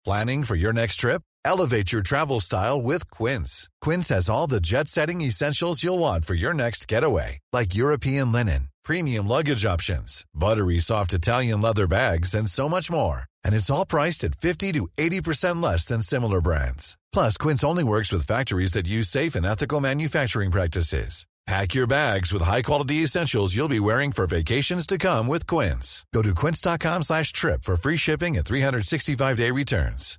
Planning for your next trip? Elevate your travel style with Quince. Quince has all the jet-setting essentials you'll want for your next getaway, like European linen, premium luggage options, buttery soft Italian leather bags, and so much more. And it's all priced at 50 to 80% less than similar brands. Plus, Quince only works with factories that use safe and ethical manufacturing practices. Pack your bags with high-quality essentials you'll be wearing for vacations to come with Quince. Go to quince.com/trip for free shipping and 365-day returns.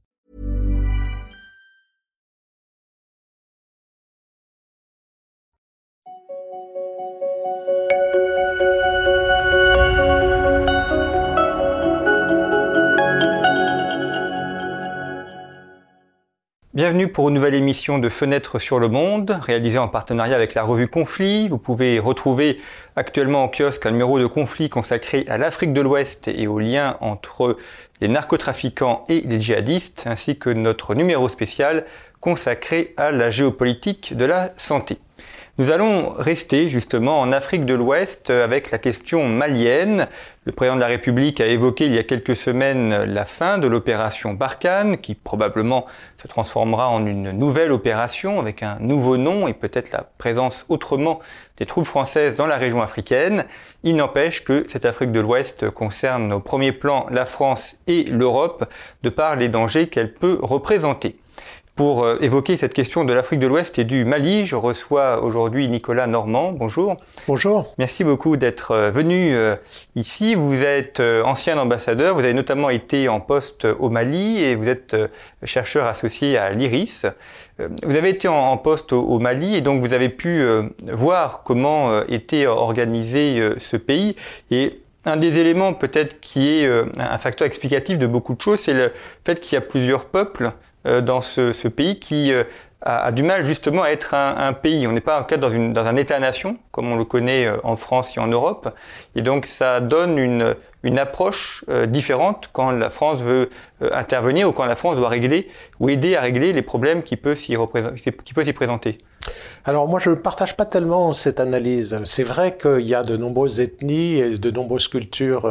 Bienvenue pour une nouvelle émission de Fenêtre sur le Monde, réalisée en partenariat avec la revue Conflit. Vous pouvez retrouver actuellement en kiosque un numéro de Conflit consacré à l'Afrique de l'Ouest et aux liens entre les narcotrafiquants et les djihadistes, ainsi que notre numéro spécial consacré à la géopolitique de la santé. Nous allons rester justement en Afrique de l'Ouest avec la question malienne. Le président de la République a évoqué il y a quelques semaines la fin de l'opération Barkhane, qui probablement se transformera en une nouvelle opération avec un nouveau nom et peut-être la présence autrement des troupes françaises dans la région africaine. Il n'empêche que cette Afrique de l'Ouest concerne au premier plan la France et l'Europe de par les dangers qu'elle peut représenter. Pour évoquer cette question de l'Afrique de l'Ouest et du Mali, je reçois aujourd'hui Nicolas Normand. Bonjour. Bonjour. Merci beaucoup d'être venu ici. Vous êtes ancien ambassadeur, vous avez notamment été en poste au Mali et vous êtes chercheur associé à l'IRIS. Vous avez été en poste au Mali et donc vous avez pu voir comment était organisé ce pays. Et un des éléments peut-être qui est un facteur explicatif de beaucoup de choses, c'est le fait qu'il y a plusieurs peuples dans ce pays qui a du mal justement à être un pays. On n'est pas en cas dans un État-nation, comme on le connaît en France et en Europe. Et donc ça donne une approche différente quand la France veut intervenir ou quand la France doit régler ou aider à régler les problèmes qui peuvent s'y présenter. Alors moi je ne partage pas tellement cette analyse. C'est vrai qu'il y a de nombreuses ethnies et de nombreuses cultures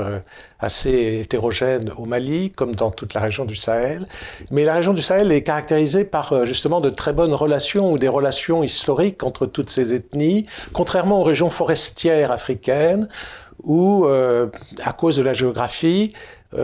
assez hétérogènes au Mali, comme dans toute la région du Sahel. Mais la région du Sahel est caractérisée par justement de très bonnes relations ou des relations historiques entre toutes ces ethnies, contrairement aux régions forestières africaines où, à cause de la géographie,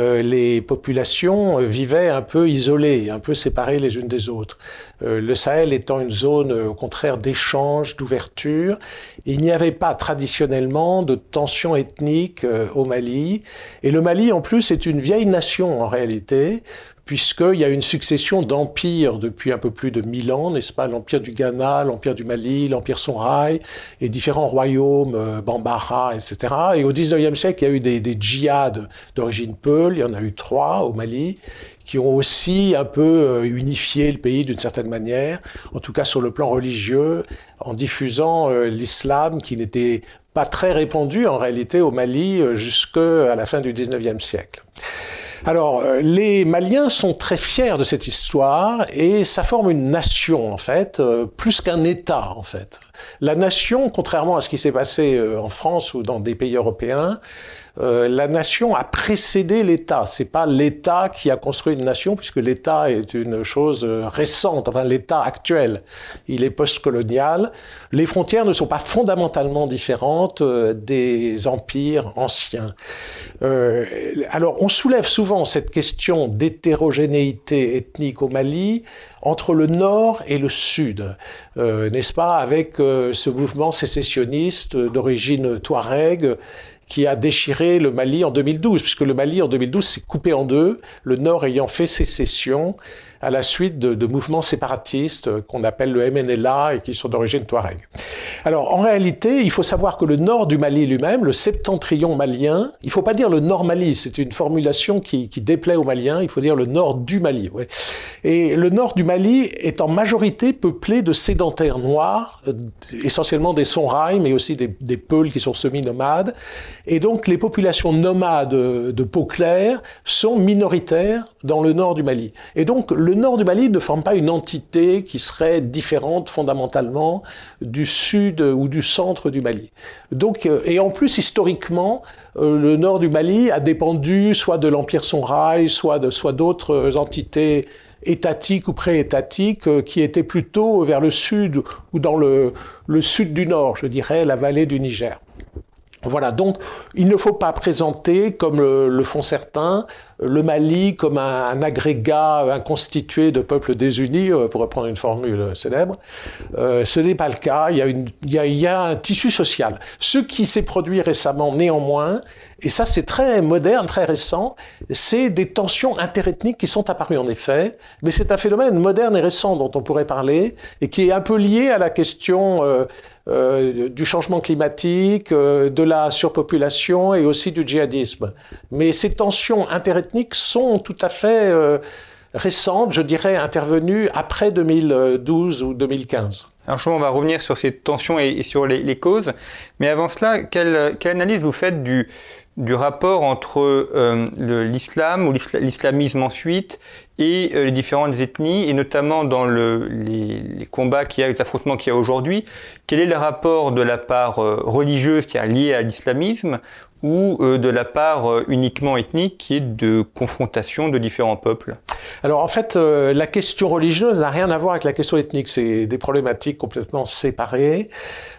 les populations vivaient un peu isolées, un peu séparées les unes des autres. Le Sahel étant une zone, au contraire, d'échange, d'ouverture, il n'y avait pas traditionnellement de tensions ethniques au Mali. Et le Mali, en plus, est une vieille nation en réalité, puisqu'il y a une succession d'empires depuis un peu plus de 1000 ans, n'est-ce pas? L'empire du Ghana, l'empire du Mali, l'empire Songhai, et différents royaumes, Bambara, etc. Et au 19e siècle, il y a eu des djihads d'origine peul, il y en a eu 3 au Mali, qui ont aussi un peu unifié le pays d'une certaine manière, en tout cas sur le plan religieux, en diffusant l'islam qui n'était pas très répandu en réalité au Mali jusqu'à la fin du 19e siècle. Alors, les Maliens sont très fiers de cette histoire et ça forme une nation, en fait, plus qu'un État, en fait. La nation, contrairement à ce qui s'est passé en France ou dans des pays européens, la nation a précédé l'État. C'est pas l'État qui a construit une nation, puisque l'État est une chose récente, enfin l'État actuel. Il est post-colonial. Les frontières ne sont pas fondamentalement différentes des empires anciens. Alors, on soulève souvent cette question d'hétérogénéité ethnique au Mali entre le nord et le sud, n'est-ce pas, avec ce mouvement sécessionniste d'origine touareg qui a déchiré le Mali en 2012, puisque le Mali en 2012 s'est coupé en deux, le nord ayant fait sécession à la suite de mouvements séparatistes qu'on appelle le MNLA et qui sont d'origine touareg. Alors en réalité, il faut savoir que le nord du Mali lui-même, le septentrion malien, il ne faut pas dire le nord Mali, c'est une formulation qui déplaît aux Maliens, il faut dire le nord du Mali. Ouais. Et le nord du Mali est en majorité peuplé de sédentaires noirs, essentiellement des Songhai, mais aussi des Peuls qui sont semi-nomades. Et donc les populations nomades de peau claire sont minoritaires dans le nord du Mali. Et donc le nord du Mali ne forme pas une entité qui serait différente fondamentalement du sud ou du centre du Mali. Donc, et en plus, historiquement, le nord du Mali a dépendu soit de l'Empire Songhai, soit d'autres entités étatiques ou pré-étatiques qui étaient plutôt vers le sud ou dans le sud du nord, je dirais, la vallée du Niger. Voilà, donc il ne faut pas présenter, comme le font certains, le Mali comme un agrégat inconstitué de peuples désunis, pour reprendre une formule célèbre. Ce n'est pas le cas, il y a un tissu social. Ce qui s'est produit récemment, néanmoins, et ça c'est très moderne, très récent, c'est des tensions interethniques qui sont apparues en effet, mais c'est un phénomène moderne et récent dont on pourrait parler, et qui est un peu lié à la question du changement climatique, de la surpopulation et aussi du djihadisme. Mais ces tensions interethniques sont tout à fait récentes, je dirais intervenues après 2012 ou 2015. Alors on va revenir sur ces tensions et sur les causes, mais avant cela, quelle analyse vous faites du rapport entre l'islam ou l'islamisme ensuite et les différentes ethnies, et notamment dans les combats les affrontements qu'il y a aujourd'hui? Quel est le rapport de la part religieuse qui est liée à l'islamisme ou de la part uniquement ethnique qui est de confrontation de différents peuples? Alors en fait, la question religieuse n'a rien à voir avec la question ethnique, c'est des problématiques complètement séparées.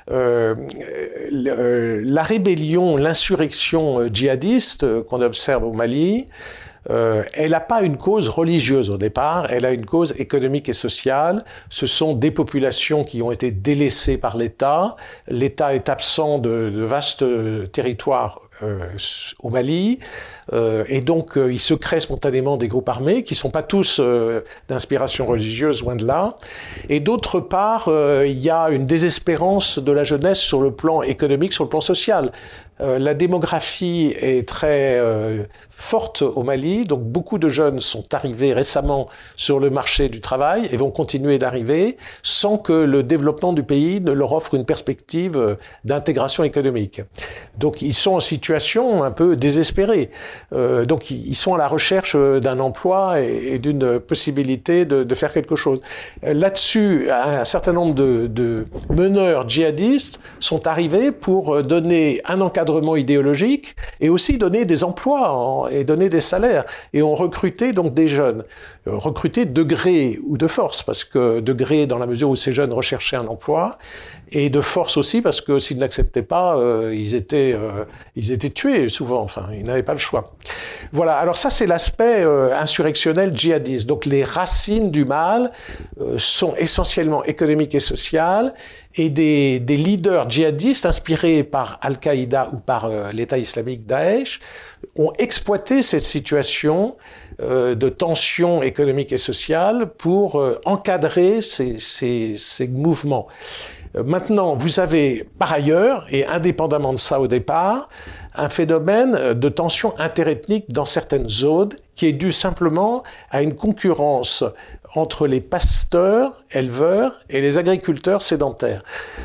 La rébellion, l'insurrection djihadiste qu'on observe au Mali, elle n'a pas une cause religieuse au départ, elle a une cause économique et sociale. Ce sont des populations qui ont été délaissées par l'État. L'État est absent de vastes territoires au Mali, et donc il se crée spontanément des groupes armés qui ne sont pas tous d'inspiration religieuse, loin de là. Et d'autre part, il y a une désespérance de la jeunesse sur le plan économique, sur le plan social. La démographie est très forte au Mali, donc beaucoup de jeunes sont arrivés récemment sur le marché du travail et vont continuer d'arriver sans que le développement du pays ne leur offre une perspective d'intégration économique. Donc ils sont en situation un peu désespérée. Donc ils sont à la recherche d'un emploi et d'une possibilité de faire quelque chose. Là-dessus, un certain nombre de meneurs djihadistes sont arrivés pour donner un encadrement idéologique et aussi donner des emplois et donner des salaires. Et ont recruté donc des jeunes. Recrutés de gré ou de force, parce que de gré dans la mesure où ces jeunes recherchaient un emploi, et de force aussi parce que s'ils n'acceptaient pas, ils étaient tués souvent, enfin, ils n'avaient pas le choix. Voilà, alors ça c'est l'aspect insurrectionnel djihadiste. Donc les racines du mal sont essentiellement économiques et sociales, et des leaders djihadistes inspirés par Al-Qaïda ou par l'État islamique Daesh ont exploité cette situation de tension économique et sociale pour encadrer ces mouvements. Maintenant, vous avez par ailleurs, et indépendamment de ça au départ, un phénomène de tension interethnique dans certaines zones qui est dû simplement à une concurrence entre les pasteurs, éleveurs et les agriculteurs sédentaires.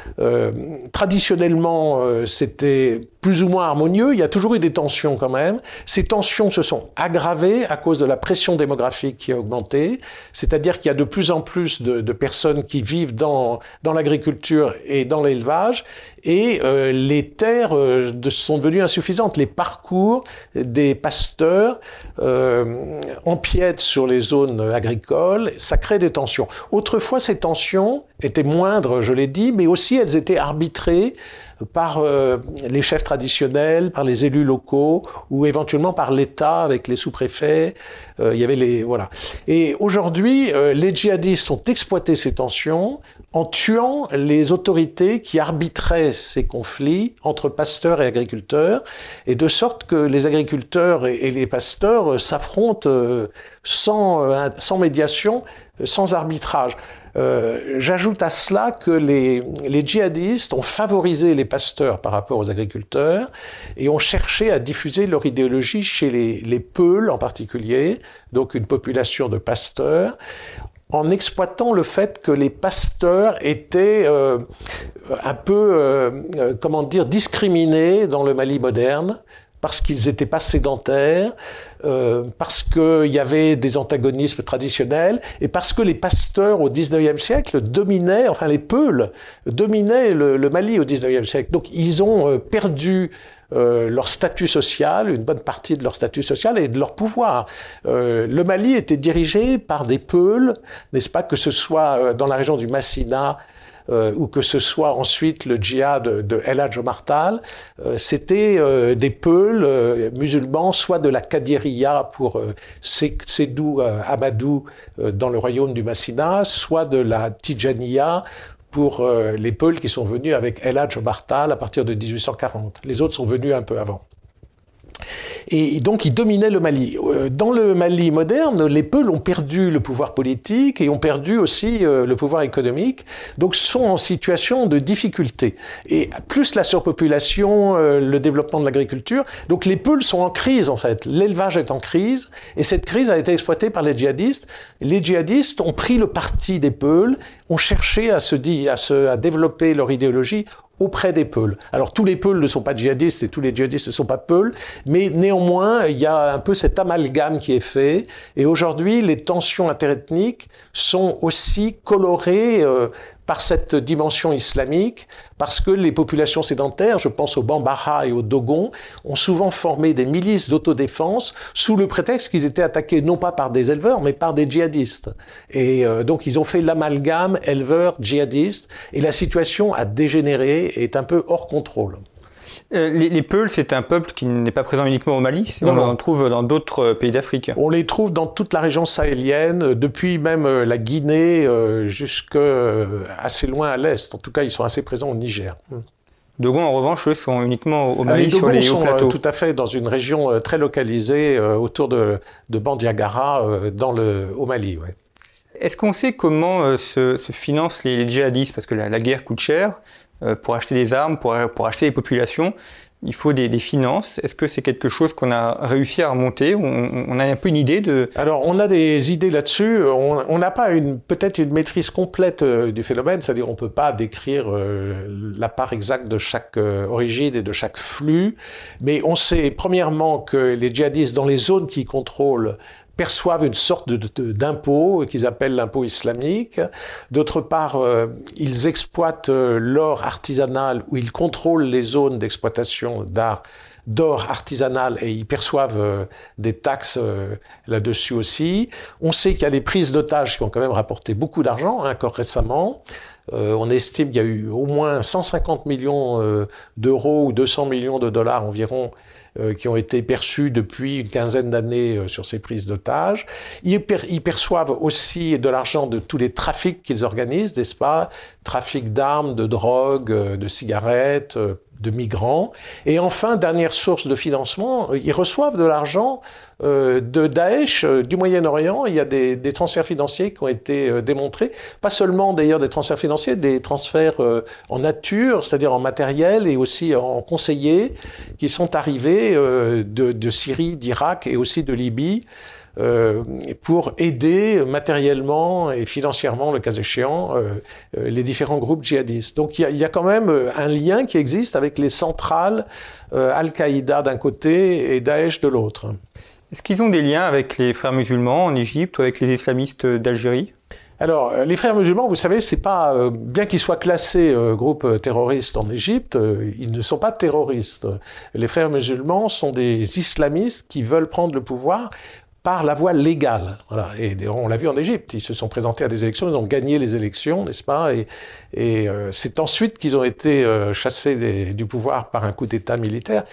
Traditionnellement, c'était plus ou moins harmonieux, il y a toujours eu des tensions quand même. Ces tensions se sont aggravées à cause de la pression démographique qui a augmenté, c'est-à-dire qu'il y a de plus en plus de personnes qui vivent dans l'agriculture et dans l'élevage, et les terres sont devenues insuffisantes. Les parcours des pasteurs empiètent sur les zones agricoles, ça crée des tensions. Autrefois, ces tensions étaient moindres, je l'ai dit, mais aussi elles étaient arbitrées par les chefs traditionnels, par les élus locaux, ou éventuellement par l'État avec les sous-préfets. Il y avait voilà. Et aujourd'hui, les djihadistes ont exploité ces tensions en tuant les autorités qui arbitraient ces conflits entre pasteurs et agriculteurs, et de sorte que les agriculteurs et les pasteurs s'affrontent sans médiation, sans arbitrage. J'ajoute à cela que les djihadistes ont favorisé les pasteurs par rapport aux agriculteurs et ont cherché à diffuser leur idéologie chez les Peuls en particulier, donc une population de pasteurs, en exploitant le fait que les pasteurs étaient un peu, discriminés dans le Mali moderne, parce qu'ils n'étaient pas sédentaires, parce qu'il y avait des antagonismes traditionnels, et parce que les pasteurs au XIXe siècle dominaient, enfin les Peuls dominaient le Mali au XIXe siècle. Donc ils ont perdu leur statut social, une bonne partie de leur statut social et de leur pouvoir. Le Mali était dirigé par des Peuls, n'est-ce pas, que ce soit dans la région du Massina, ou que ce soit ensuite le djihad de El Hadj Omar Tall, c'était des Peuls musulmans, soit de la Kadiriya pour Sédou Amadou dans le royaume du Massina, soit de la Tidjaniya pour les Peuls qui sont venus avec El Hadj Omar Tall à partir de 1840. Les autres sont venus un peu avant. Et donc, ils dominaient le Mali. Dans le Mali moderne, les Peuls ont perdu le pouvoir politique et ont perdu aussi le pouvoir économique, donc sont en situation de difficulté. Et plus la surpopulation, le développement de l'agriculture, donc les Peuls sont en crise en fait. L'élevage est en crise et cette crise a été exploitée par les djihadistes. Les djihadistes ont pris le parti des Peuls, ont cherché à développer leur idéologie auprès des Peuls. Alors tous les Peuls ne sont pas djihadistes et tous les djihadistes ne sont pas Peuls, mais néanmoins il y a un peu cet amalgame qui est fait et aujourd'hui les tensions interethniques sont aussi colorées par cette dimension islamique, parce que les populations sédentaires, je pense aux Bambara et aux Dogons, ont souvent formé des milices d'autodéfense sous le prétexte qu'ils étaient attaqués non pas par des éleveurs, mais par des djihadistes. Et donc ils ont fait l'amalgame éleveurs-djihadistes, et la situation a dégénéré et est un peu hors contrôle. Les Peuls, c'est un peuple qui n'est pas présent uniquement au Mali, on en trouve dans d'autres pays d'Afrique. On les trouve dans toute la région sahélienne, depuis même la Guinée jusqu'à assez loin à l'est. En tout cas, ils sont assez présents au Niger. Dogons, en revanche, eux, sont uniquement au Mali, les sur les hauts plateaux. Tout à fait dans une région très localisée autour de Bandiagara, au Mali. Ouais. Est-ce qu'on sait comment se financent les djihadistes? Parce que la guerre coûte cher. Pour acheter des armes, pour acheter des populations, il faut des finances. Est-ce que c'est quelque chose qu'on a réussi à remonter? On a un peu une idée de... Alors, on a des idées là-dessus. On n'a pas peut-être une maîtrise complète du phénomène, c'est-à-dire on ne peut pas décrire la part exacte de chaque origine et de chaque flux, mais on sait premièrement que les djihadistes, dans les zones qu'ils contrôlent, perçoivent une sorte d'impôt qu'ils appellent l'impôt islamique. D'autre part, ils exploitent l'or artisanal ou ils contrôlent les zones d'exploitation d'or artisanal et ils perçoivent des taxes là-dessus aussi. On sait qu'il y a des prises d'otages qui ont quand même rapporté beaucoup d'argent, encore récemment. On estime qu'il y a eu au moins 150 millions d'euros ou 200 millions de dollars environ qui ont été perçus depuis une quinzaine d'années sur ces prises d'otages. Ils perçoivent aussi de l'argent de tous les trafics qu'ils organisent, n'est-ce pas? Trafic d'armes, de drogue, de cigarettes, de migrants. Et enfin, dernière source de financement, ils reçoivent de l'argent de Daesh, du Moyen-Orient. Il y a des transferts financiers qui ont été démontrés. Pas seulement d'ailleurs des transferts financiers, des transferts en nature, c'est-à-dire en matériel et aussi en conseillers qui sont arrivés de Syrie, d'Irak et aussi de Libye. Pour aider matériellement et financièrement, le cas échéant, les différents groupes djihadistes. Donc il y a quand même un lien qui existe avec les centrales Al-Qaïda d'un côté et Daesh de l'autre. Est-ce qu'ils ont des liens avec les frères musulmans en Égypte ou avec les islamistes d'Algérie? Alors, les frères musulmans, vous savez, c'est pas bien qu'ils soient classés groupe terroriste en Égypte, ils ne sont pas terroristes. Les frères musulmans sont des islamistes qui veulent prendre le pouvoir par la voie légale. Voilà. Et on l'a vu en Égypte, ils se sont présentés à des élections, ils ont gagné les élections, n'est-ce pas? Et c'est ensuite qu'ils ont été chassés du pouvoir par un coup d'État militaire.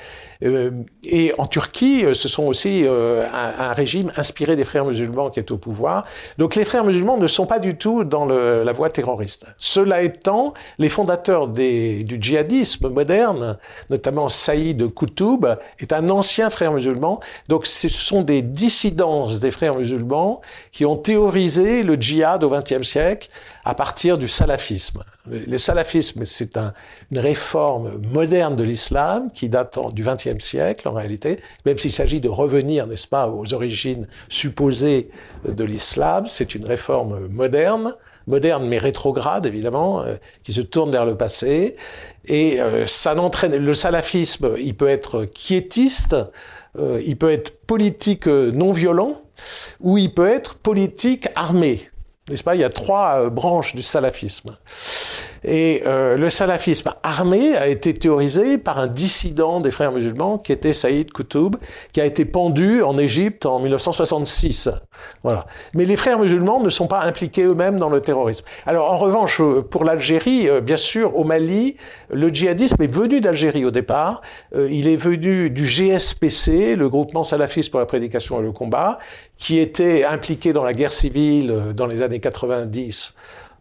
Et en Turquie, ce sont aussi un régime inspiré des frères musulmans qui est au pouvoir. Donc les frères musulmans ne sont pas du tout dans la voie terroriste. Cela étant, les fondateurs du djihadisme moderne, notamment Saïd Qutb, est un ancien frère musulman. Donc ce sont des dissidences des frères musulmans qui ont théorisé le djihad au XXe siècle à partir du salafisme. Le salafisme, c'est une réforme moderne de l'islam qui date du XXe siècle en réalité, même s'il s'agit de revenir, n'est-ce pas, aux origines supposées de l'islam. C'est une réforme moderne mais rétrograde évidemment, qui se tourne vers le passé. Et ça n'entraîne. Le salafisme, il peut être quiétiste, il peut être politique non violent, ou il peut être politique armé. N'est-ce pas? Il y a 3 branches du salafisme. Et le salafisme armé a été théorisé par un dissident des frères musulmans qui était Saïd Qutb, qui a été pendu en Égypte en 1966. Voilà. Mais les frères musulmans ne sont pas impliqués eux-mêmes dans le terrorisme. Alors en revanche, pour l'Algérie, bien sûr, au Mali, le djihadisme est venu d'Algérie au départ. Il est venu du GSPC, le groupement salafiste pour la prédication et le combat, qui était impliqué dans la guerre civile dans les années 90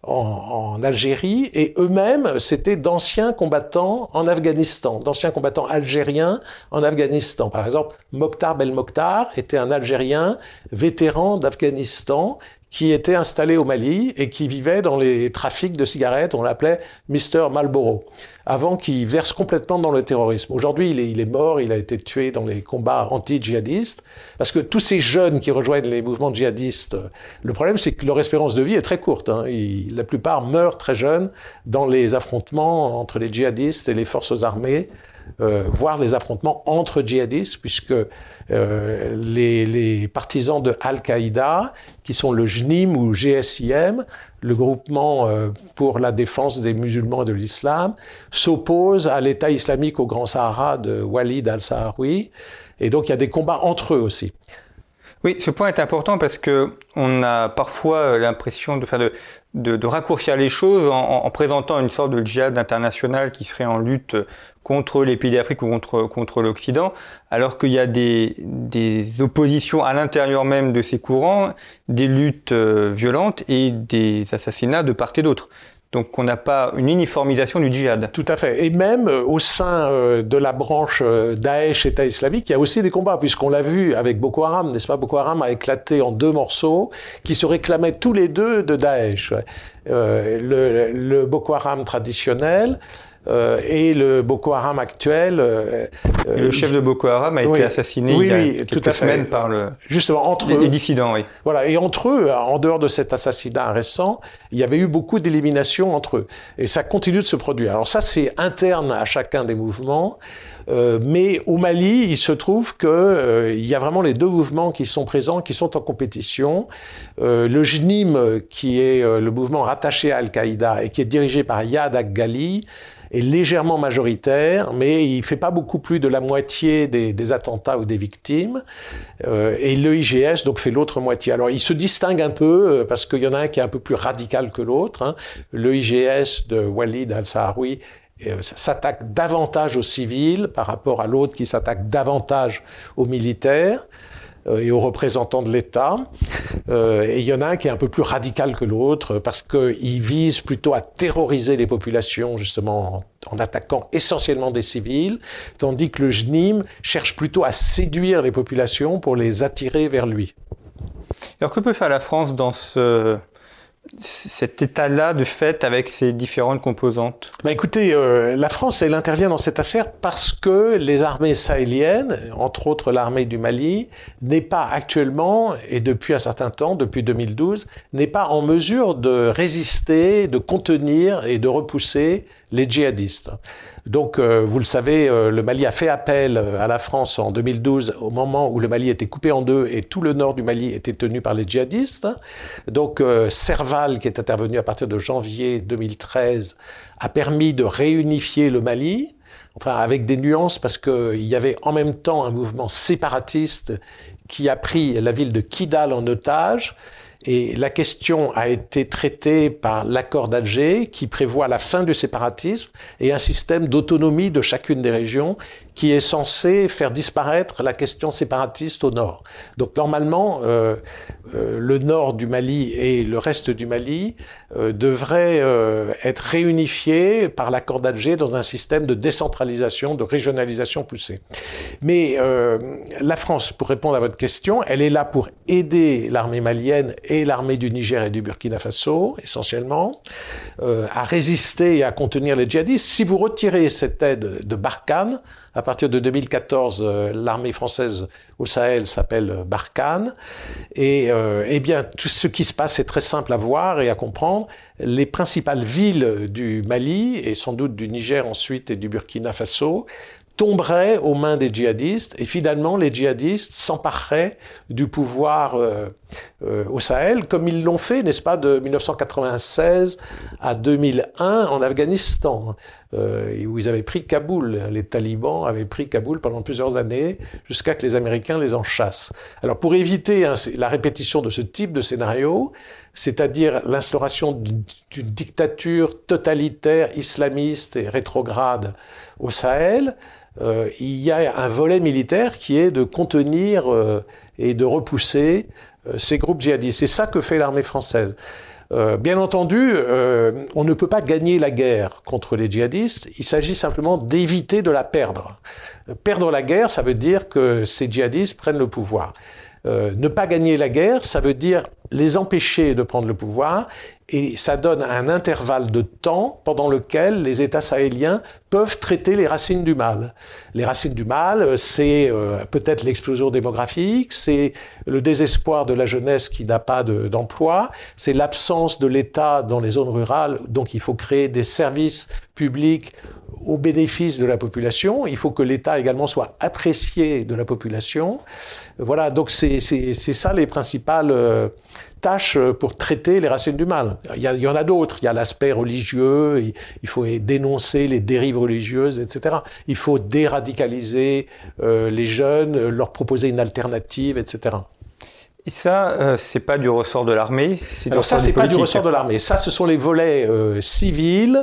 en Algérie, et eux-mêmes, c'était d'anciens combattants en Afghanistan, d'anciens combattants algériens en Afghanistan. Par exemple, Mokhtar Belmokhtar était un Algérien vétéran d'Afghanistan qui était installé au Mali et qui vivait dans les trafics de cigarettes, on l'appelait Mr Marlboro, avant qu'il verse complètement dans le terrorisme. Aujourd'hui, il est mort, il a été tué dans les combats anti-djihadistes, parce que tous ces jeunes qui rejoignent les mouvements djihadistes, le problème c'est que leur espérance de vie est très courte. La plupart meurent très jeunes dans les affrontements entre les djihadistes et les forces armées, voire les affrontements entre djihadistes, puisque les partisans de Al-Qaïda, qui sont le JNIM ou GSIM, le groupement pour la défense des musulmans et de l'islam, s'opposent à l'État islamique au Grand Sahara de Walid al-Saharoui, et donc il y a des combats entre eux aussi. Oui, ce point est important parce que on a parfois l'impression de raccourcir les choses en présentant une sorte de djihad international qui serait en lutte contre les pays d'Afrique ou contre l'Occident, alors qu'il y a des oppositions à l'intérieur même de ces courants, des luttes violentes et des assassinats de part et d'autre. Donc on n'a pas une uniformisation du djihad. Tout à fait. Et même au sein de la branche Daesh, État islamique, il y a aussi des combats, puisqu'on l'a vu avec Boko Haram, n'est-ce pas? Boko Haram a éclaté en 2 morceaux qui se réclamaient tous les deux de Daesh. Le Boko Haram traditionnel et le Boko Haram actuel. Et le chef de Boko Haram a été assassiné il y a quelques semaines par justement, les dissidents. Oui. Voilà. Et entre eux, en dehors de cet assassinat récent, il y avait eu beaucoup d'éliminations entre eux. Et ça continue de se produire. Alors ça, c'est interne à chacun des mouvements. Mais au Mali, il se trouve que il y a vraiment les 2 mouvements qui sont présents, qui sont en compétition. Le JNIM, qui est le mouvement rattaché à Al-Qaïda et qui est dirigé par Yad Ghali, est légèrement majoritaire, mais il fait pas beaucoup plus de la moitié des attentats ou des victimes. Et le IGS donc fait l'autre moitié. Alors il se distingue un peu parce qu'il y en a un qui est un peu plus radical que l'autre. Le IGS de Walid al-Saharoui s'attaque davantage aux civils par rapport à l'autre qui s'attaque davantage aux militaires et aux représentants de l'État. Et il y en a un qui est un peu plus radical que l'autre parce qu'il vise plutôt à terroriser les populations, justement, en attaquant essentiellement des civils, tandis que le JNIM cherche plutôt à séduire les populations pour les attirer vers lui. Alors que peut faire la France dans cet état-là de fait avec ces différentes composantes? Écoutez, la France, elle intervient dans cette affaire parce que les armées sahéliennes, entre autres l'armée du Mali, n'est pas actuellement, et depuis un certain temps, depuis 2012, n'est pas en mesure de résister, de contenir et de repousser les djihadistes. Donc, vous le savez, le Mali a fait appel à la France en 2012, au moment où le Mali était coupé en 2 et tout le nord du Mali était tenu par les djihadistes. Donc, Serval, qui est intervenu à partir de janvier 2013, a permis de réunifier le Mali, enfin avec des nuances, parce qu'il y avait en même temps un mouvement séparatiste qui a pris la ville de Kidal en otage. Et la question a été traitée par l'accord d'Alger qui prévoit la fin du séparatisme et un système d'autonomie de chacune des régions qui est censé faire disparaître la question séparatiste au nord. Donc normalement, le nord du Mali et le reste du Mali devraient être réunifiés par l'accord d'Alger dans un système de décentralisation, de régionalisation poussée. Mais la France, pour répondre à votre question, elle est là pour aider l'armée malienne et l'armée du Niger et du Burkina Faso, essentiellement, à résister et à contenir les djihadistes. Si vous retirez cette aide de Barkhane, à partir de 2014, l'armée française au Sahel s'appelle Barkhane. Et eh bien, tout ce qui se passe est très simple à voir et à comprendre. Les principales villes du Mali, et sans doute du Niger ensuite et du Burkina Faso, tomberaient aux mains des djihadistes et finalement les djihadistes s'empareraient du pouvoir au Sahel comme ils l'ont fait, n'est-ce pas, de 1996 à 2001 en Afghanistan, où ils avaient pris Kaboul. Les talibans avaient pris Kaboul pendant plusieurs années jusqu'à que les Américains les en chassent. Alors pour éviter la répétition de ce type de scénario, c'est-à-dire l'instauration d'une dictature totalitaire, islamiste et rétrograde au Sahel, il y a un volet militaire qui est de contenir et de repousser ces groupes djihadistes. C'est ça que fait l'armée française. Bien entendu, on ne peut pas gagner la guerre contre les djihadistes, il s'agit simplement d'éviter de la perdre. Perdre la guerre, ça veut dire que ces djihadistes prennent le pouvoir. Ne pas gagner la guerre, ça veut dire les empêcher de prendre le pouvoir, et ça donne un intervalle de temps pendant lequel les États sahéliens peuvent traiter les racines du mal. Les racines du mal, c'est peut-être l'explosion démographique, c'est le désespoir de la jeunesse qui n'a pas d'emploi, c'est l'absence de l'État dans les zones rurales, donc il faut créer des services publics au bénéfice de la population. Il faut que l'État également soit apprécié de la population. Voilà, donc c'est ça les principales tâches pour traiter les racines du mal. Il y en a d'autres. Il y a l'aspect religieux, il faut dénoncer les dérives religieuses, etc. Il faut déradicaliser les jeunes, leur proposer une alternative, etc. Et ça, c'est pas du ressort de l'armée, Alors ça, c'est pas du ressort de l'armée. Ça, ce sont les volets civils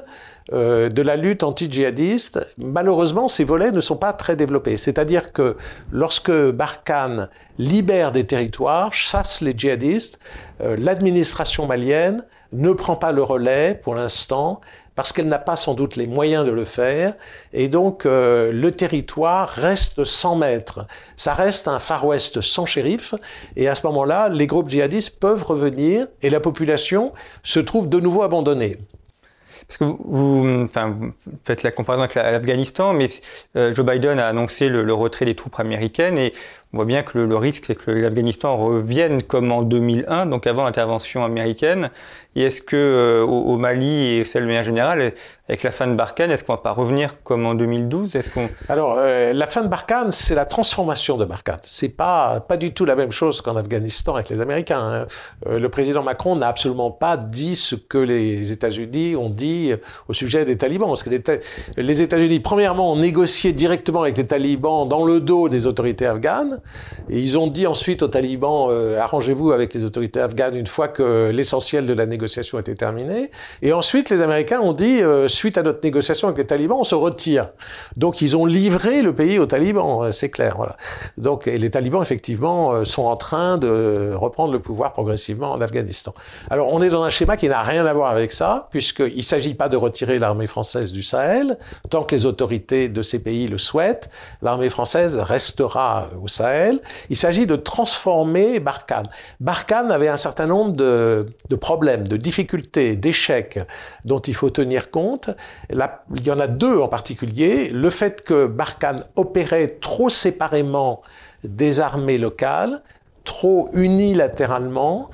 de la lutte anti-djihadiste. Malheureusement, ces volets ne sont pas très développés. C'est-à-dire que lorsque Barkhane libère des territoires, chasse les djihadistes, l'administration malienne ne prend pas le relais pour l'instant, parce qu'elle n'a pas sans doute les moyens de le faire, et donc le territoire reste sans maître. Ça reste un Far West sans shérif, et à ce moment-là, les groupes djihadistes peuvent revenir, et la population se trouve de nouveau abandonnée. Parce que vous faites la comparaison avec l'Afghanistan, mais Joe Biden a annoncé le retrait des troupes américaines, et on voit bien que le risque, c'est que l'Afghanistan revienne comme en 2001, donc avant l'intervention américaine. Et est-ce que au Mali et celle de manière générale, avec la fin de Barkhane, est-ce qu'on va pas revenir comme en 2012 ? Alors, la fin de Barkhane, c'est la transformation de Barkhane. C'est pas du tout la même chose qu'en Afghanistan avec les Américains. Le président Macron n'a absolument pas dit ce que les États-Unis ont dit au sujet des talibans. Parce que les États-Unis, premièrement, ont négocié directement avec les talibans dans le dos des autorités afghanes. Et ils ont dit ensuite aux talibans, arrangez-vous avec les autorités afghanes une fois que l'essentiel de la négociation était terminée. Et ensuite, les Américains ont dit, suite à notre négociation avec les talibans, on se retire. Donc, ils ont livré le pays aux talibans, c'est clair. Voilà. Donc, et les talibans, effectivement, sont en train de reprendre le pouvoir progressivement en Afghanistan. Alors, on est dans un schéma qui n'a rien à voir avec ça, puisqu'il ne s'agit pas de retirer l'armée française du Sahel. Tant que les autorités de ces pays le souhaitent, l'armée française restera au Sahel. Il s'agit de transformer Barkhane. Barkhane avait un certain nombre de problèmes, de difficultés, d'échecs dont il faut tenir compte. Là, il y en a deux en particulier. Le fait que Barkhane opérait trop séparément des armées locales, trop unilatéralement.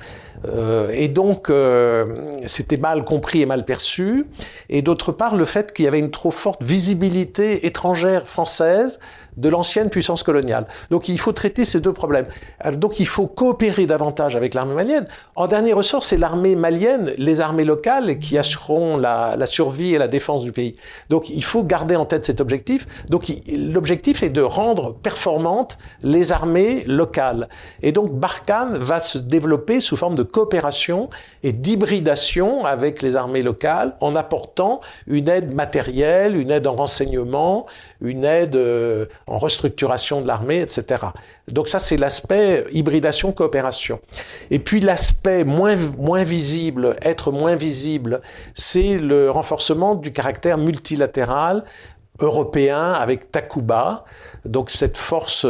Et donc, c'était mal compris et mal perçu. Et d'autre part, le fait qu'il y avait une trop forte visibilité étrangère française de l'ancienne puissance coloniale. Donc il faut traiter ces deux problèmes. Donc il faut coopérer davantage avec l'armée malienne. En dernier ressort, c'est l'armée malienne, les armées locales qui assureront la survie et la défense du pays. Donc il faut garder en tête cet objectif. Donc l'objectif est de rendre performantes les armées locales. Et donc Barkhane va se développer sous forme de coopération et d'hybridation avec les armées locales en apportant une aide matérielle, une aide en renseignement, une aide en restructuration de l'armée, etc. Donc ça, c'est l'aspect hybridation-coopération. Et puis l'aspect moins visible, être moins visible, c'est le renforcement du caractère multilatéral européen avec Takuba, donc cette force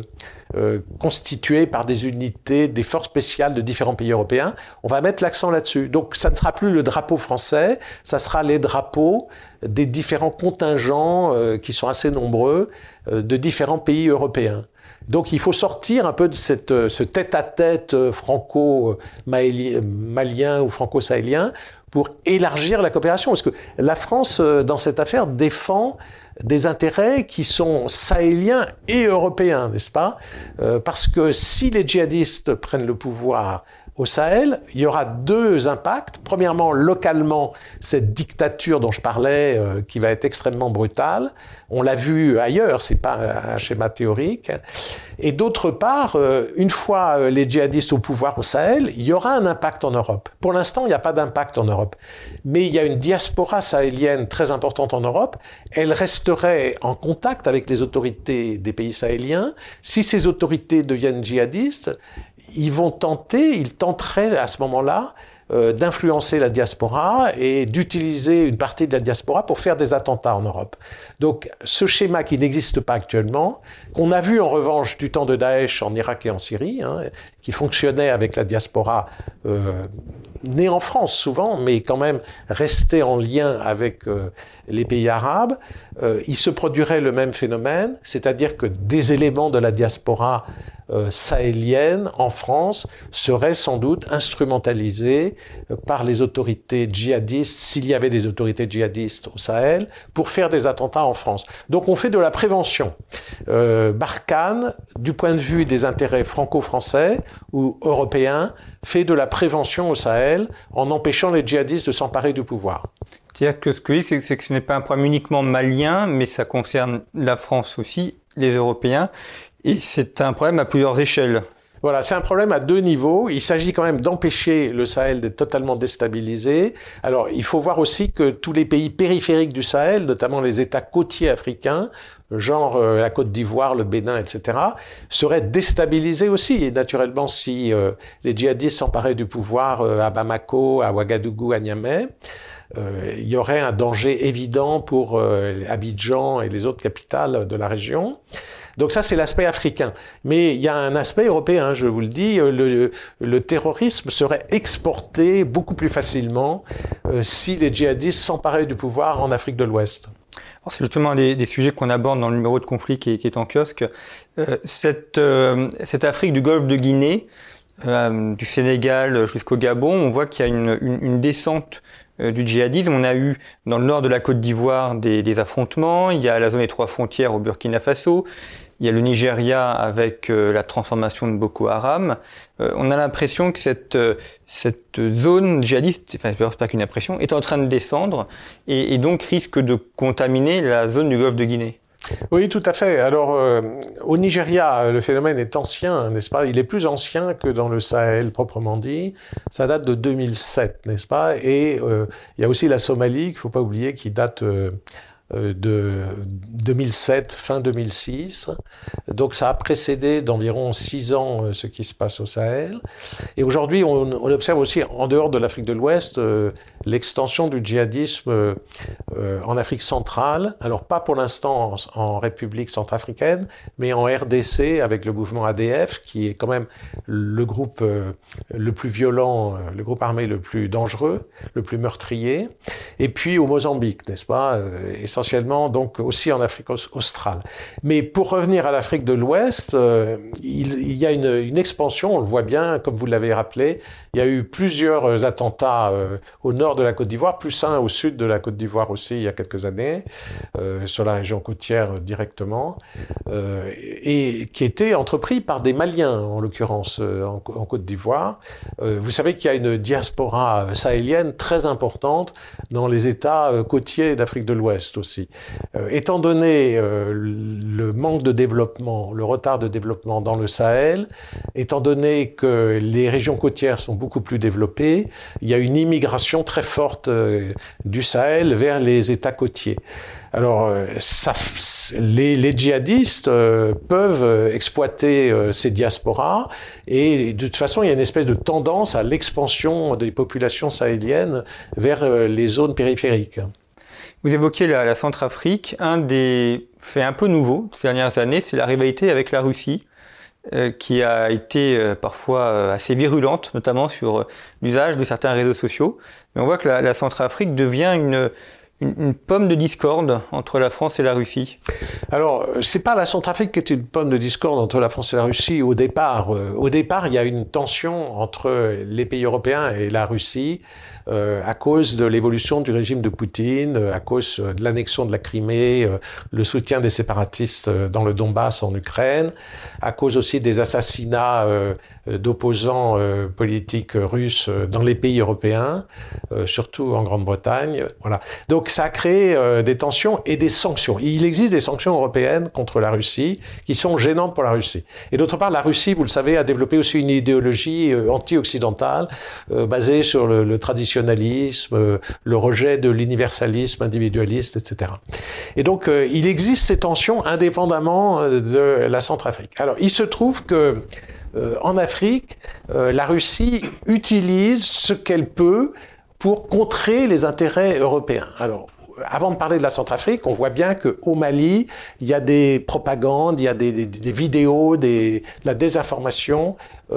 constituée par des unités, des forces spéciales de différents pays européens. On va mettre l'accent là-dessus. Donc ça ne sera plus le drapeau français, ça sera les drapeaux des différents contingents qui sont assez nombreux de différents pays européens. Donc il faut sortir un peu de ce tête-à-tête franco-malien ou franco-sahélien pour élargir la coopération. Parce que la France, dans cette affaire, défend des intérêts qui sont sahéliens et européens, n'est-ce pas ? Parce que si les djihadistes prennent le pouvoir au Sahel, il y aura deux impacts. Premièrement, localement, cette dictature dont je parlais, qui va être extrêmement brutale. On l'a vu ailleurs, c'est pas un schéma théorique. Et d'autre part, une fois les djihadistes au pouvoir au Sahel, il y aura un impact en Europe. Pour l'instant, il n'y a pas d'impact en Europe. Mais il y a une diaspora sahélienne très importante en Europe. Elle resterait en contact avec les autorités des pays sahéliens. Si ces autorités deviennent djihadistes, ils tenteraient à ce moment-là d'influencer la diaspora et d'utiliser une partie de la diaspora pour faire des attentats en Europe. Donc ce schéma qui n'existe pas actuellement, qu'on a vu en revanche du temps de Daesh en Irak et en Syrie, qui fonctionnait avec la diaspora née en France souvent, mais quand même restée en lien avec les pays arabes, il se produirait le même phénomène, c'est-à-dire que des éléments de la diaspora sahélienne en France seraient sans doute instrumentalisés par les autorités djihadistes, s'il y avait des autorités djihadistes au Sahel, pour faire des attentats en France. Donc on fait de la prévention. Barkhane, du point de vue des intérêts franco-français ou européens, fait de la prévention au Sahel en empêchant les djihadistes de s'emparer du pouvoir. C'est-à-dire que ce que je dis, c'est que ce n'est pas un problème uniquement malien, mais ça concerne la France aussi, les Européens, et c'est un problème à plusieurs échelles. Voilà, c'est un problème à deux niveaux. Il s'agit quand même d'empêcher le Sahel d'être totalement déstabilisé. Alors, il faut voir aussi que tous les pays périphériques du Sahel, notamment les États côtiers africains, genre la Côte d'Ivoire, le Bénin, etc., seraient déstabilisés aussi. Et naturellement, si les djihadistes s'emparaient du pouvoir à Bamako, à Ouagadougou, à Niamey, il y aurait un danger évident pour Abidjan et les autres capitales de la région. Donc ça, c'est l'aspect africain. Mais il y a un aspect européen, je vous le dis, le terrorisme serait exporté beaucoup plus facilement si les djihadistes s'emparaient du pouvoir en Afrique de l'Ouest. C'est justement un des sujets qu'on aborde dans le numéro de conflit qui est en kiosque. Cette Afrique du Golfe de Guinée, du Sénégal jusqu'au Gabon, on voit qu'il y a une descente du djihadisme. On a eu dans le nord de la Côte d'Ivoire des affrontements, il y a la zone des trois frontières au Burkina Faso, il y a le Nigeria avec la transformation de Boko Haram. On a l'impression que cette zone djihadiste, enfin c'est pas qu'une impression, est en train de descendre et donc risque de contaminer la zone du Golfe de Guinée. Oui, tout à fait. Alors, au Nigeria, le phénomène est ancien, n'est-ce pas ? Il est plus ancien que dans le Sahel proprement dit. Ça date de 2007, n'est-ce pas ? Et il y a aussi la Somalie, qu'il ne faut pas oublier, qui date de 2007, fin 2006. Donc ça a précédé d'environ 6 ans ce qui se passe au Sahel. Et aujourd'hui, on observe aussi, en dehors de l'Afrique de l'Ouest, l'extension du djihadisme en Afrique centrale. Alors pas pour l'instant en République centrafricaine, mais en RDC avec le mouvement ADF, qui est quand même le groupe le plus violent, le groupe armé le plus dangereux, le plus meurtrier. Et puis au Mozambique, n'est-ce pas, essentiellement essentiellement donc aussi en Afrique australe. Mais pour revenir à l'Afrique de l'Ouest, il y a une expansion, on le voit bien, comme vous l'avez rappelé. Il y a eu plusieurs attentats au nord de la Côte d'Ivoire, plus un au sud de la Côte d'Ivoire aussi il y a quelques années, sur la région côtière directement, et qui étaient entrepris par des Maliens, en l'occurrence, en Côte d'Ivoire. Vous savez qu'il y a une diaspora sahélienne très importante dans les États côtiers d'Afrique de l'Ouest aussi. Étant donné le manque de développement, le retard de développement dans le Sahel, étant donné que les régions côtières sont beaucoup plus développées, il y a une immigration très forte du Sahel vers les États côtiers. Alors, les djihadistes peuvent exploiter ces diasporas et de toute façon, il y a une espèce de tendance à l'expansion des populations sahéliennes vers les zones périphériques. Vous évoquez la Centrafrique. Un des faits un peu nouveaux ces dernières années, c'est la rivalité avec la Russie, qui a été parfois assez virulente, notamment sur l'usage de certains réseaux sociaux. Mais on voit que la Centrafrique devient une pomme de discorde entre la France et la Russie. Alors, c'est pas la Centrafrique qui est une pomme de discorde entre la France et la Russie au départ. Au départ, il y a une tension entre les pays européens et la Russie à cause de l'évolution du régime de Poutine, à cause de l'annexion de la Crimée, le soutien des séparatistes dans le Donbass en Ukraine, à cause aussi des assassinats d'opposants politiques russes dans les pays européens, surtout en Grande-Bretagne. Voilà. Donc ça a créé des tensions et des sanctions. Il existe des sanctions européennes contre la Russie qui sont gênantes pour la Russie. Et d'autre part, la Russie, vous le savez, a développé aussi une idéologie anti-occidentale basée sur le traditionnalisme, le rejet de l'universalisme individualiste, etc. Et donc, il existe ces tensions indépendamment de la Centrafrique. Alors, il se trouve que en Afrique, la Russie utilise ce qu'elle peut pour contrer les intérêts européens. Alors, avant de parler de la Centrafrique, on voit bien qu'au Mali, il y a des propagandes, il y a des vidéos, la désinformation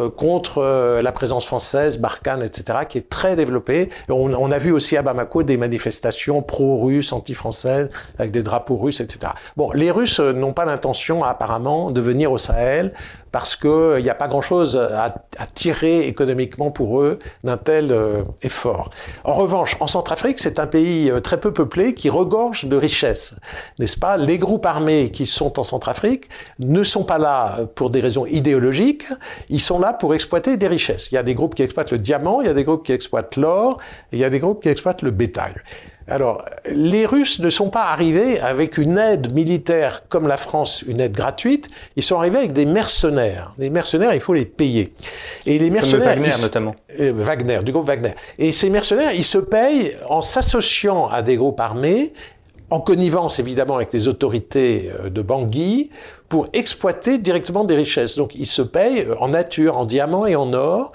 contre la présence française, Barkhane, etc., qui est très développée. On a vu aussi à Bamako des manifestations pro-russes, anti-françaises, avec des drapeaux russes, etc. Bon, les Russes n'ont pas l'intention, apparemment, de venir au Sahel, parce qu'il n'y a pas grand-chose à tirer économiquement pour eux d'un tel effort. En revanche, en Centrafrique, c'est un pays très peu peuplé qui regorge de richesses, n'est-ce pas? Les groupes armés qui sont en Centrafrique ne sont pas là pour des raisons idéologiques, ils sont là pour exploiter des richesses. Il y a des groupes qui exploitent le diamant, il y a des groupes qui exploitent l'or, et il y a des groupes qui exploitent le bétail. Alors, les Russes ne sont pas arrivés avec une aide militaire comme la France, une aide gratuite. Ils sont arrivés avec des mercenaires. Les mercenaires, il faut les payer. Et les mercenaires, Wagner notamment. Wagner, du groupe Wagner. Et ces mercenaires, ils se payent en s'associant à des groupes armés, en connivence évidemment avec les autorités de Bangui, pour exploiter directement des richesses. Donc, ils se payent en nature, en diamants et en or.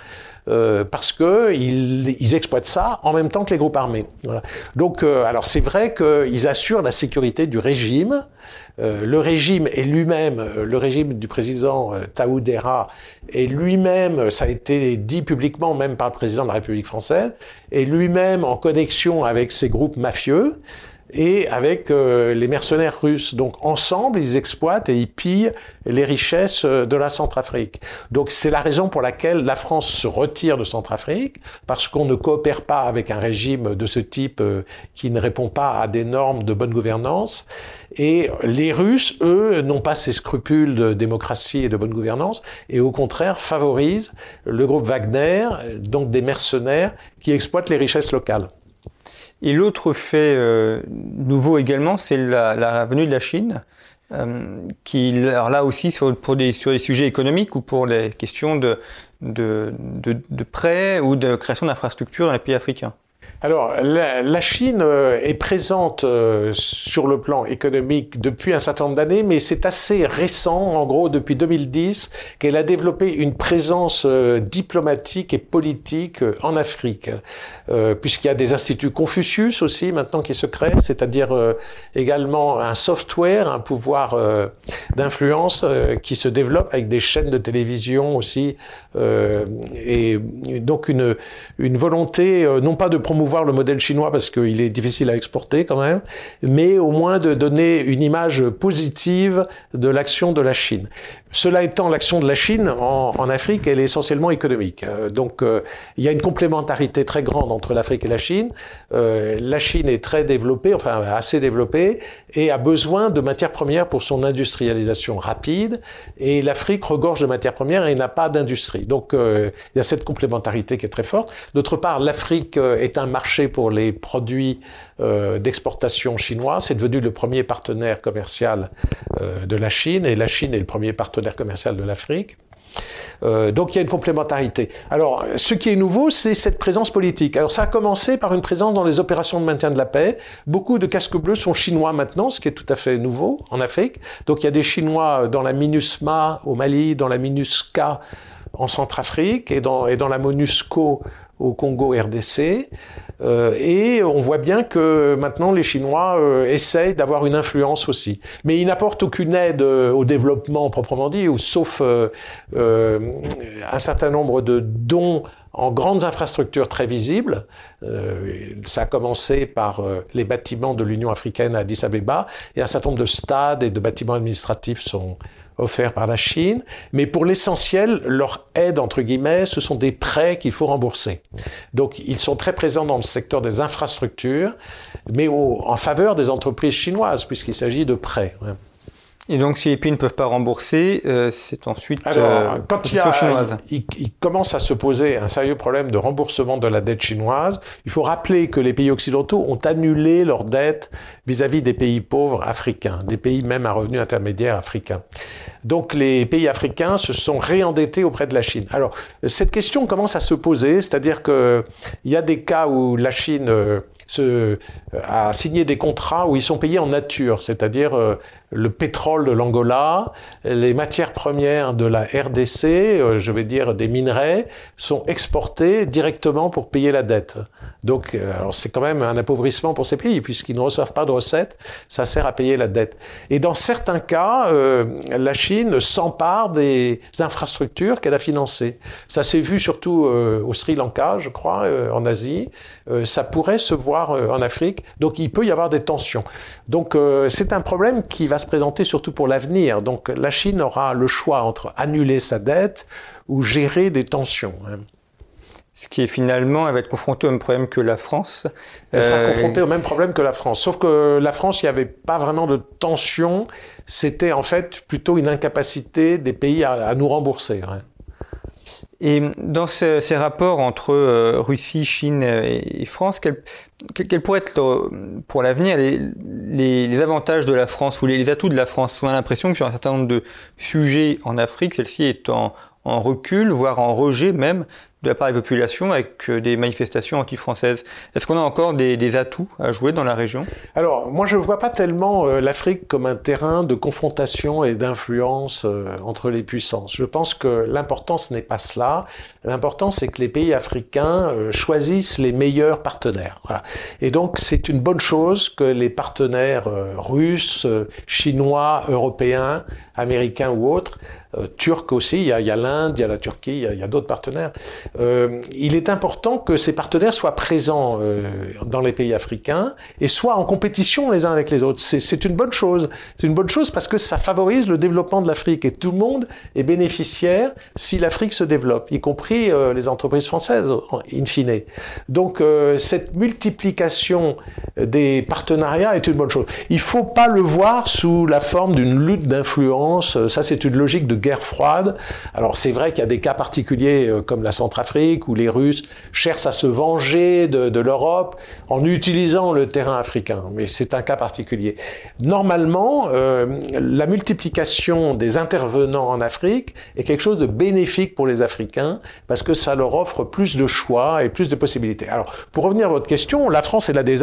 Parce que ils exploitent ça en même temps que les groupes armés. Voilà. Donc, alors c'est vrai qu'ils assurent la sécurité du régime. Le régime est lui-même, le régime du président Taoudera est lui-même, ça a été dit publiquement même par le président de la République française, est lui-même en connexion avec ces groupes mafieux et avec les mercenaires russes. Donc ensemble, ils exploitent et ils pillent les richesses de la Centrafrique. Donc c'est la raison pour laquelle la France se retire de Centrafrique, parce qu'on ne coopère pas avec un régime de ce type qui ne répond pas à des normes de bonne gouvernance. Et les Russes, eux, n'ont pas ces scrupules de démocratie et de bonne gouvernance, et au contraire favorisent le groupe Wagner, donc des mercenaires qui exploitent les richesses locales. Et l'autre fait nouveau également, c'est la venue de la Chine, qui, alors là aussi, sur des sujets économiques ou pour les questions de prêts ou de création d'infrastructures dans les pays africains. Alors, la Chine est présente sur le plan économique depuis un certain nombre d'années, mais c'est assez récent, en gros depuis 2010, qu'elle a développé une présence diplomatique et politique en Afrique, puisqu'il y a des instituts Confucius aussi maintenant qui se créent, c'est-à-dire également un software, un pouvoir d'influence qui se développe avec des chaînes de télévision aussi, et donc une volonté non pas de promouvoir promouvoir le modèle chinois parce qu'il est difficile à exporter quand même, mais au moins de donner une image positive de l'action de la Chine. Cela étant, l'action de la Chine en Afrique, elle est essentiellement économique. Donc, il y a une complémentarité très grande entre l'Afrique et la Chine. La Chine est très développée, enfin assez développée, et a besoin de matières premières pour son industrialisation rapide. Et l'Afrique regorge de matières premières et n'a pas d'industrie. Donc, il y a cette complémentarité qui est très forte. D'autre part, l'Afrique est un marché pour les produits d'exportation chinois. C'est devenu le premier partenaire commercial de la Chine, et la Chine est le premier partenaire commercial de l'Afrique. Donc il y a une complémentarité. Alors, ce qui est nouveau, c'est cette présence politique. Alors ça a commencé par une présence dans les opérations de maintien de la paix. Beaucoup de casques bleus sont chinois maintenant, ce qui est tout à fait nouveau en Afrique. Donc il y a des Chinois dans la MINUSMA au Mali, dans la MINUSCA en Centrafrique et dans la MONUSCO au Congo RDC. Et on voit bien que maintenant les Chinois essayent d'avoir une influence aussi. Mais ils n'apportent aucune aide au développement proprement dit, sauf un certain nombre de dons en grandes infrastructures très visibles. Ça a commencé par les bâtiments de l'Union africaine à Addis Abeba, et un certain nombre de stades et de bâtiments administratifs sont offerts par la Chine, mais pour l'essentiel, leur aide, entre guillemets, ce sont des prêts qu'il faut rembourser. Donc, ils sont très présents dans le secteur des infrastructures, mais en faveur des entreprises chinoises, puisqu'il s'agit de prêts. Ouais. Et donc, si les pays ne peuvent pas rembourser, c'est ensuite quand il commence à se poser un sérieux problème de remboursement de la dette chinoise, il faut rappeler que les pays occidentaux ont annulé leurs dettes vis-à-vis des pays pauvres africains, des pays même à revenus intermédiaires africains. Donc les pays africains se sont réendettés auprès de la Chine. Alors, cette question commence à se poser, c'est-à-dire qu'il y a des cas où la Chine a signé des contrats où ils sont payés en nature, c'est-à-dire le pétrole de l'Angola, les matières premières de la RDC, je vais dire des minerais, sont exportés directement pour payer la dette. Donc, alors c'est quand même un appauvrissement pour ces pays, puisqu'ils ne reçoivent pas de recettes, ça sert à payer la dette. Et dans certains cas, la Chine s'empare des infrastructures qu'elle a financées. Ça s'est vu surtout au Sri Lanka, je crois, en Asie. Ça pourrait se voir en Afrique. Donc, il peut y avoir des tensions. Donc, c'est un problème qui va se présenter surtout pour l'avenir. Donc, la Chine aura le choix entre annuler sa dette ou gérer des tensions. Ce qui est finalement, elle va être confrontée au même problème que la France. Elle sera confrontée au même problème que la France. Sauf que la France, il n'y avait pas vraiment de tension. C'était en fait plutôt une incapacité des pays à nous rembourser. Ouais. Et dans ces rapports entre Russie, Chine et France, quels pourraient être pour l'avenir les avantages de la France ou les atouts de la France? On a l'impression que sur un certain nombre de sujets en Afrique, celle-ci est en recul, voire en rejet même, de la part des populations, avec des manifestations anti-françaises. Est-ce qu'on a encore des atouts à jouer dans la région? Alors, moi je ne vois pas tellement l'Afrique comme un terrain de confrontation et d'influence entre les puissances. Je pense que l'important, ce n'est pas cela. L'important, c'est que les pays africains choisissent les meilleurs partenaires. Voilà. Et donc, c'est une bonne chose que les partenaires russes, chinois, européens, américains ou autres, turcs aussi, il y a l'Inde, il y a la Turquie, il y a d'autres partenaires. Il est important que ces partenaires soient présents dans les pays africains et soient en compétition les uns avec les autres. C'est une bonne chose. C'est une bonne chose parce que ça favorise le développement de l'Afrique et tout le monde est bénéficiaire si l'Afrique se développe, y compris les entreprises françaises, in fine. Donc cette multiplication des partenariats est une bonne chose. Il ne faut pas le voir sous la forme d'une lutte d'influence. Ça, c'est une logique de guerre froide. Alors c'est vrai qu'il y a des cas particuliers comme la Centrafrique où les Russes cherchent à se venger de l'Europe en utilisant le terrain africain, mais c'est un cas particulier. Normalement, la multiplication des intervenants en Afrique est quelque chose de bénéfique pour les Africains parce que ça leur offre plus de choix et plus de possibilités. Alors, pour revenir à votre question, la France elle a des atouts,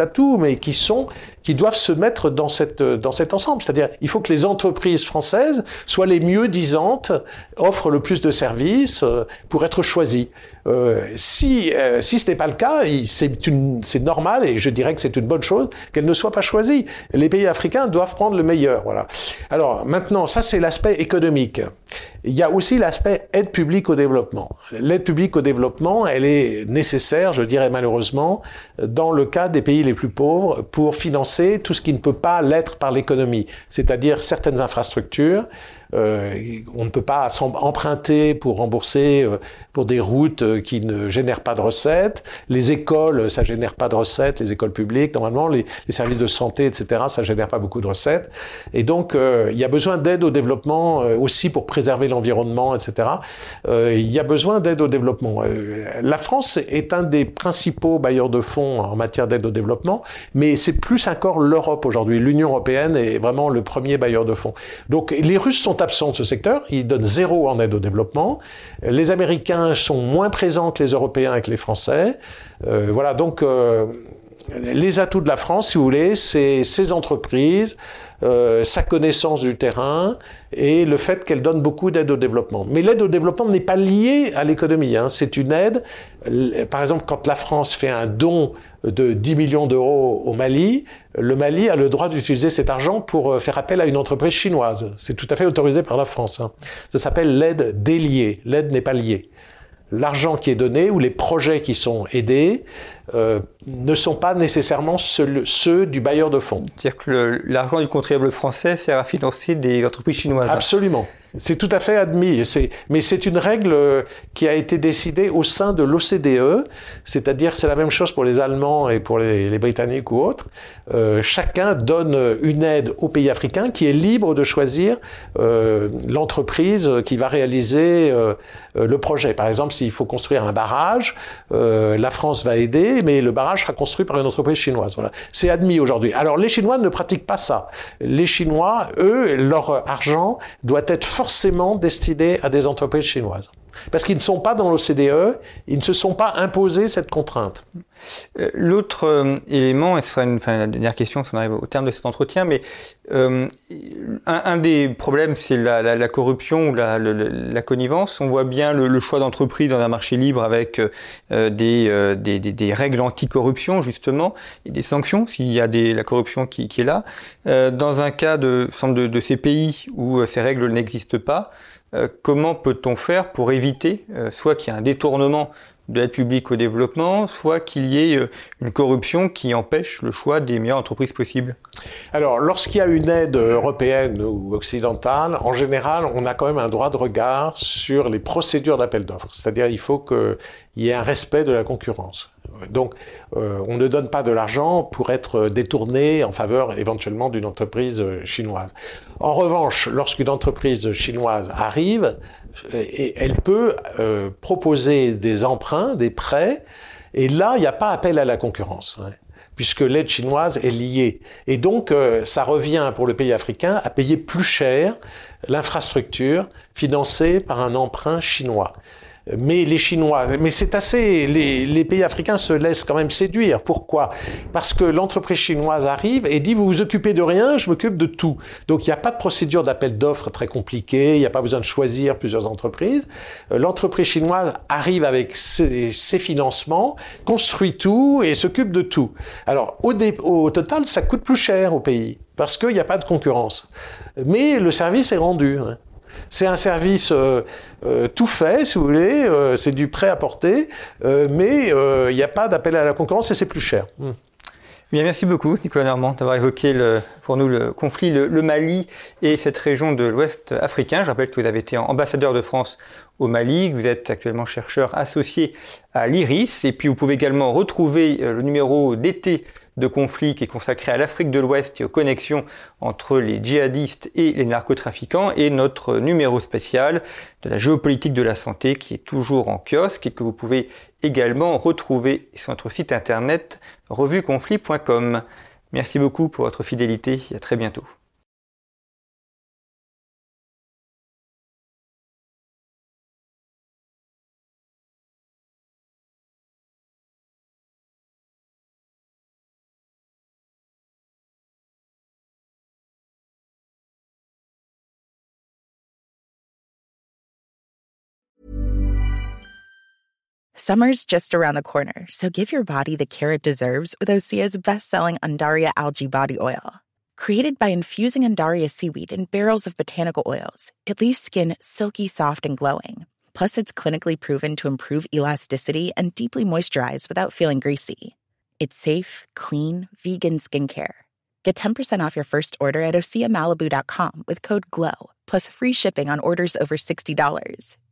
mais qui doivent se mettre dans cet ensemble. C'est-à-dire, il faut que les entreprises françaises soient les mieux disantes, offrent le plus de services pour être choisies. Si ce n'est pas le cas, c'est normal, et je dirais que c'est une bonne chose qu'elles ne soient pas choisies. Les pays africains doivent prendre le meilleur. Voilà. Alors maintenant, ça c'est l'aspect économique. Il y a aussi l'aspect aide publique au développement. L'aide publique au développement, elle est nécessaire, je dirais malheureusement, dans le cas des pays les plus pauvres pour financer tout ce qui ne peut pas l'être par l'économie, c'est-à-dire certaines infrastructures. On ne peut pas emprunter pour rembourser pour des routes qui ne génèrent pas de recettes. Les écoles, ça génère pas de recettes. Les écoles publiques, normalement, les services de santé, etc., ça génère pas beaucoup de recettes. Et donc, il y a besoin d'aide au développement aussi pour préserver l'environnement, etc. Il y a besoin d'aide au développement. La France est un des principaux bailleurs de fonds en matière d'aide au développement, mais c'est plus encore l'Europe aujourd'hui. L'Union européenne est vraiment le premier bailleur de fonds. Donc, les Russes sont absents de ce secteur, ils donnent 0 en aide au développement. Les Américains sont moins présents que les Européens et que les Français. Voilà, donc les atouts de la France, si vous voulez, c'est ses entreprises, sa connaissance du terrain et le fait qu'elle donne beaucoup d'aide au développement. Mais l'aide au développement n'est pas liée à l'économie, hein. C'est une aide, par exemple, quand la France fait un don de 10 millions d'euros au Mali, le Mali a le droit d'utiliser cet argent pour faire appel à une entreprise chinoise. C'est tout à fait autorisé par la France, hein. Ça s'appelle l'aide déliée. L'aide n'est pas liée. L'argent qui est donné ou les projets qui sont aidés ne sont pas nécessairement ceux du bailleur de fonds. C'est-à-dire que l'argent du contribuable français sert à financer des entreprises chinoises. Absolument. C'est tout à fait admis. Mais c'est une règle qui a été décidée au sein de l'OCDE, c'est-à-dire c'est la même chose pour les Allemands et pour les Britanniques ou autres. Chacun donne une aide au pays africain qui est libre de choisir l'entreprise qui va réaliser le projet. Par exemple, s'il faut construire un barrage, la France va aider, mais le barrage sera construit par une entreprise chinoise. Voilà. C'est admis aujourd'hui. Alors les Chinois ne pratiquent pas ça. Les Chinois, eux, leur argent doit être forcément destiné à des entreprises chinoises. Parce qu'ils ne sont pas dans l'OCDE, ils ne se sont pas imposés cette contrainte. L'autre élément, et ce sera la dernière question si on arrive au terme de cet entretien, mais un des problèmes, c'est la corruption ou la connivence. On voit bien le choix d'entreprise dans un marché libre avec des règles anti-corruption, justement, et des sanctions s'il y a la corruption qui est là. Dans un cas de ces pays où ces règles n'existent pas, comment peut-on faire pour éviter soit qu'il y ait un détournement de l'aide publique au développement, soit qu'il y ait une corruption qui empêche le choix des meilleures entreprises possibles? Alors, lorsqu'il y a une aide européenne ou occidentale, en général, on a quand même un droit de regard sur les procédures d'appel d'offres. C'est-à-dire, il faut qu'il y ait un respect de la concurrence. Donc, on ne donne pas de l'argent pour être détourné en faveur éventuellement d'une entreprise chinoise. En revanche, lorsqu'une entreprise chinoise arrive, elle peut proposer des emprunts, des prêts, et là, il n'y a pas appel à la concurrence, hein, puisque l'aide chinoise est liée. Et donc, ça revient pour le pays africain à payer plus cher l'infrastructure financée par un emprunt chinois. Mais les pays africains se laissent quand même séduire. Pourquoi? Parce que l'entreprise chinoise arrive et dit, vous vous occupez de rien, je m'occupe de tout. Donc, il n'y a pas de procédure d'appel d'offres très compliquée, il n'y a pas besoin de choisir plusieurs entreprises. L'entreprise chinoise arrive avec ses financements, construit tout et s'occupe de tout. Alors, au total, ça coûte plus cher au pays, parce qu'il n'y a pas de concurrence. Mais le service est rendu, hein. C'est un service tout fait, si vous voulez, c'est du prêt à porter, mais il n'y a pas d'appel à la concurrence et c'est plus cher. Bien, merci beaucoup, Nicolas Normand, d'avoir évoqué pour nous le conflit, le Mali et cette région de l'Ouest africain. Je rappelle que vous avez été ambassadeur de France au Mali, que vous êtes actuellement chercheur associé à l'IRIS, et puis vous pouvez également retrouver le numéro d'été de conflit qui est consacré à l'Afrique de l'Ouest et aux connexions entre les djihadistes et les narcotrafiquants, et notre numéro spécial de la géopolitique de la santé qui est toujours en kiosque et que vous pouvez également retrouver sur notre site internet revueconflit.com. Merci beaucoup pour votre fidélité et à très bientôt. Summer's just around the corner, so give your body the care it deserves with Osea's best-selling Undaria Algae Body Oil. Created by infusing Undaria seaweed in barrels of botanical oils, it leaves skin silky soft and glowing. Plus, it's clinically proven to improve elasticity and deeply moisturize without feeling greasy. It's safe, clean, vegan skincare. Get 10% off your first order at OseaMalibu.com with code GLOW, plus free shipping on orders over $60.